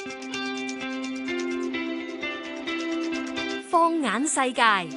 放眼世界。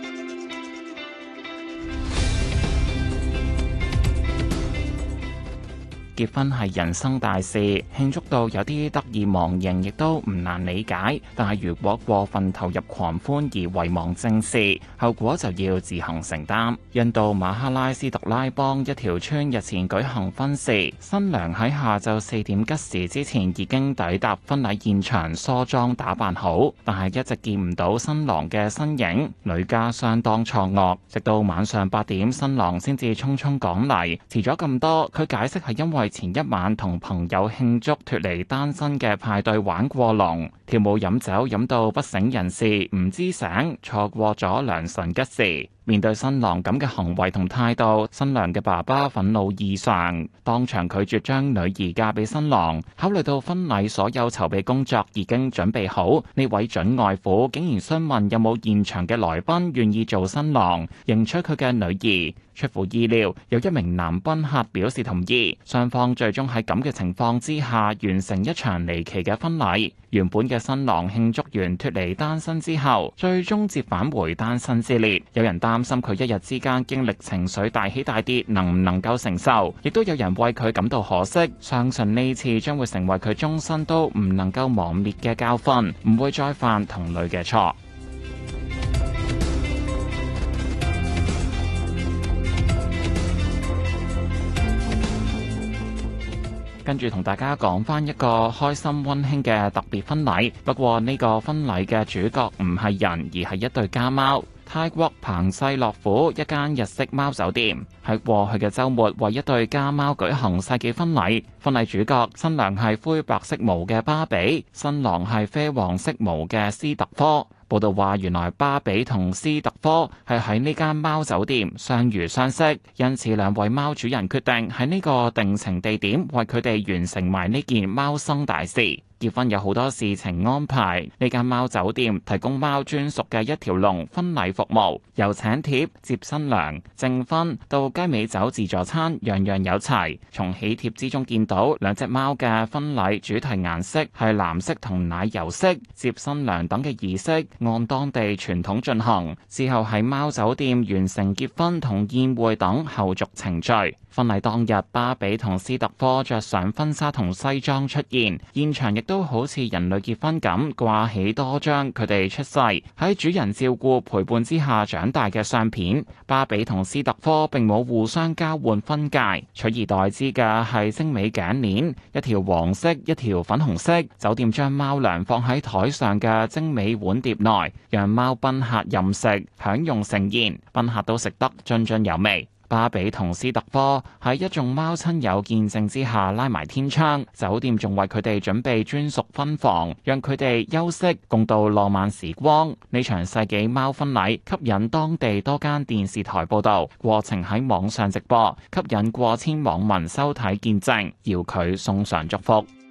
結婚係人生大事，慶祝到有啲得意忘形，亦都唔難理解。但係如果過分投入狂歡而遺忘正事，後果就要自行承擔。印度馬哈拉斯特拉邦一條村日前舉行婚事，新娘喺下晝4點吉時之前已經抵達婚禮現場，梳妝打扮好，但係一直見唔到新郎嘅身影，女家相當錯愕。直到晚上8點，新郎先至匆匆趕嚟，遲咗咁多，佢解釋係因為前一晚同朋友慶祝脫離單身嘅派對玩過龍，跳舞飲酒飲到不省人事，唔知醒，錯過咗良辰吉時。面對新郎咁嘅行為同態度，新娘嘅爸爸憤怒異常，當場拒絕將女兒嫁俾新郎。考慮到婚禮所有籌備工作已經準備好，呢位準外父竟然詢問有冇現場嘅來賓願意做新郎，迎娶佢嘅女兒。出乎意料，有一名男賓客表示同意，雙方最終喺咁嘅情況之下完成一場離奇嘅婚禮。原本嘅新郎慶祝完脫離單身之後，最終折返回單身之列。有人擔心佢一日之間經歷情緒大起大跌，能唔能夠承受？亦都有人為佢感到可惜，相信呢次將會成為佢終身都唔能夠磨滅嘅教訓，唔會再犯同類嘅錯。跟住同大家講返一個開心溫馨嘅特別婚禮，不過呢個婚禮嘅主角唔係人，而係一對家貓。泰國彭世洛府一間日式貓酒店喺過去嘅週末為一對家貓舉行世紀婚禮。婚禮主角新娘係灰白色毛嘅芭比，新郎係啡黃色毛嘅斯特科。報道話，原來芭比同斯特科係喺呢間貓酒店相遇相識，因此兩位貓主人決定喺呢個定情地點為佢哋完成埋呢件貓生大事。結婚有好多事情安排，呢間貓酒店提供貓專屬嘅一條龍婚禮服務，由請帖、接新娘、證婚到雞尾酒自助餐，樣樣有齊。從喜帖之中見到兩隻貓嘅婚禮主題顏色係藍色同奶油色，接新娘等嘅儀式按當地傳統進行，之後喺貓酒店完成結婚同宴會等後續程序。婚禮當日，芭比同斯特科着上婚紗同西裝出現，現場亦都好似人類結婚咁，掛起多張佢哋出世喺主人照顧陪伴之下長大嘅相片。芭比同斯特科並冇互相交換婚戒，取而代之嘅係精美頸鏈，一條黃色，一條粉紅色。酒店將貓糧放喺台上嘅精美碗碟內，讓貓賓客任食，享用盛宴，賓客都食得津津有味。芭比同斯特科喺一眾貓親友見證之下拉埋天窗，酒店仲為佢哋準備專屬婚房，讓佢哋休息，共度浪漫時光。呢場世紀貓婚禮吸引當地多間電視台報道，過程喺網上直播，吸引過千網民收睇見證，遙距送上祝福。